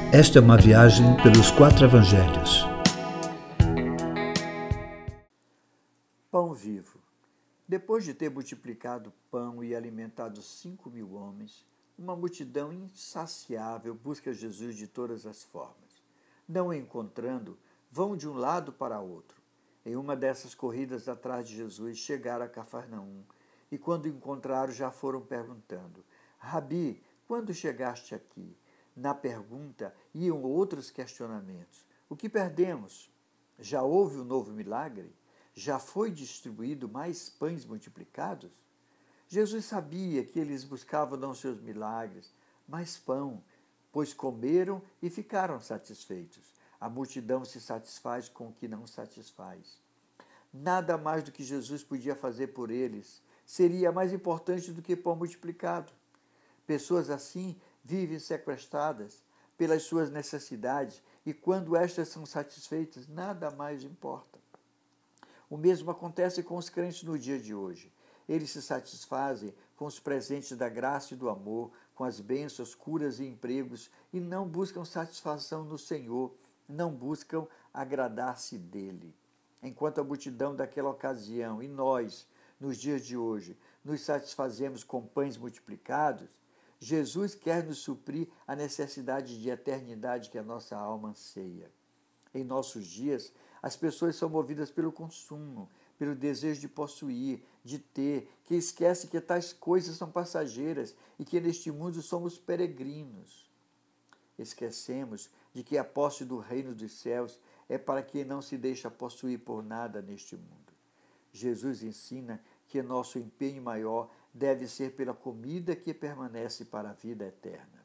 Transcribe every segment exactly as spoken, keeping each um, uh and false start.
Esta é uma viagem pelos quatro evangelhos. Pão vivo. Depois de ter multiplicado pão e alimentado cinco mil homens, uma multidão insaciável busca Jesus de todas as formas. Não o encontrando, vão de um lado para outro. Em uma dessas corridas atrás de Jesus, chegaram a Cafarnaum, e quando o encontraram já foram perguntando: Rabi, quando chegaste aqui? Na pergunta iam outros questionamentos. O que perdemos? Já houve um novo milagre? Já foi distribuído mais pães multiplicados? Jesus sabia que eles buscavam não seus milagres, mas pão, pois comeram e ficaram satisfeitos. A multidão se satisfaz com o que não satisfaz. Nada mais do que Jesus podia fazer por eles seria mais importante do que pão multiplicado. Pessoas assim vivem sequestradas pelas suas necessidades e quando estas são satisfeitas, nada mais importa. O mesmo acontece com os crentes no dia de hoje. Eles se satisfazem com os presentes da graça e do amor, com as bênçãos, curas e empregos, e não buscam satisfação no Senhor, não buscam agradar-se dele. Enquanto a multidão daquela ocasião e nós, nos dias de hoje, nos satisfazemos com pães multiplicados, Jesus quer nos suprir a necessidade de eternidade que a nossa alma anseia. Em nossos dias, as pessoas são movidas pelo consumo, pelo desejo de possuir, de ter, que esquece que tais coisas são passageiras e que neste mundo somos peregrinos. Esquecemos de que a posse do reino dos céus é para quem não se deixa possuir por nada neste mundo. Jesus ensina que nosso empenho maior deve ser pela comida que permanece para a vida eterna.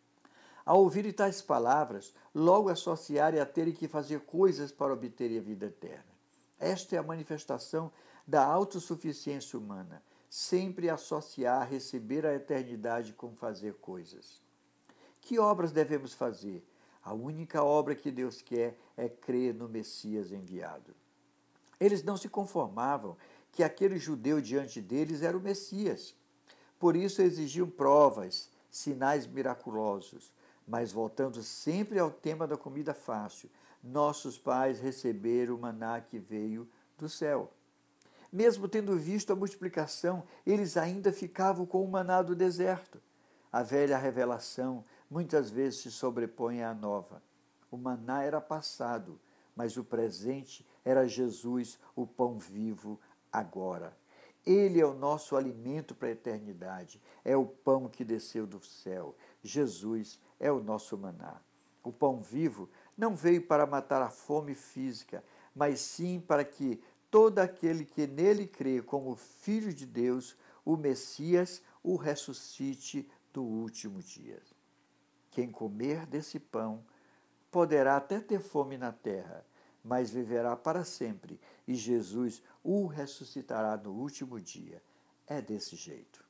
Ao ouvirem tais palavras, logo associarem a terem que fazer coisas para obterem a vida eterna. Esta é a manifestação da autossuficiência humana, sempre associar receber a eternidade com fazer coisas. Que obras devemos fazer? A única obra que Deus quer é crer no Messias enviado. Eles não se conformavam que aquele judeu diante deles era o Messias. Por isso exigiam provas, sinais miraculosos. Mas voltando sempre ao tema da comida fácil, nossos pais receberam o maná que veio do céu. Mesmo tendo visto a multiplicação, eles ainda ficavam com o maná do deserto. A velha revelação muitas vezes se sobrepõe à nova. O maná era passado, mas o presente era Jesus, o pão vivo, agora. Ele é o nosso alimento para a eternidade, é o pão que desceu do céu. Jesus é o nosso maná. O pão vivo não veio para matar a fome física, mas sim para que todo aquele que nele crê como Filho de Deus, o Messias, o ressuscite do último dia. Quem comer desse pão poderá até ter fome na terra, mas viverá para sempre, e Jesus o ressuscitará no último dia. É desse jeito.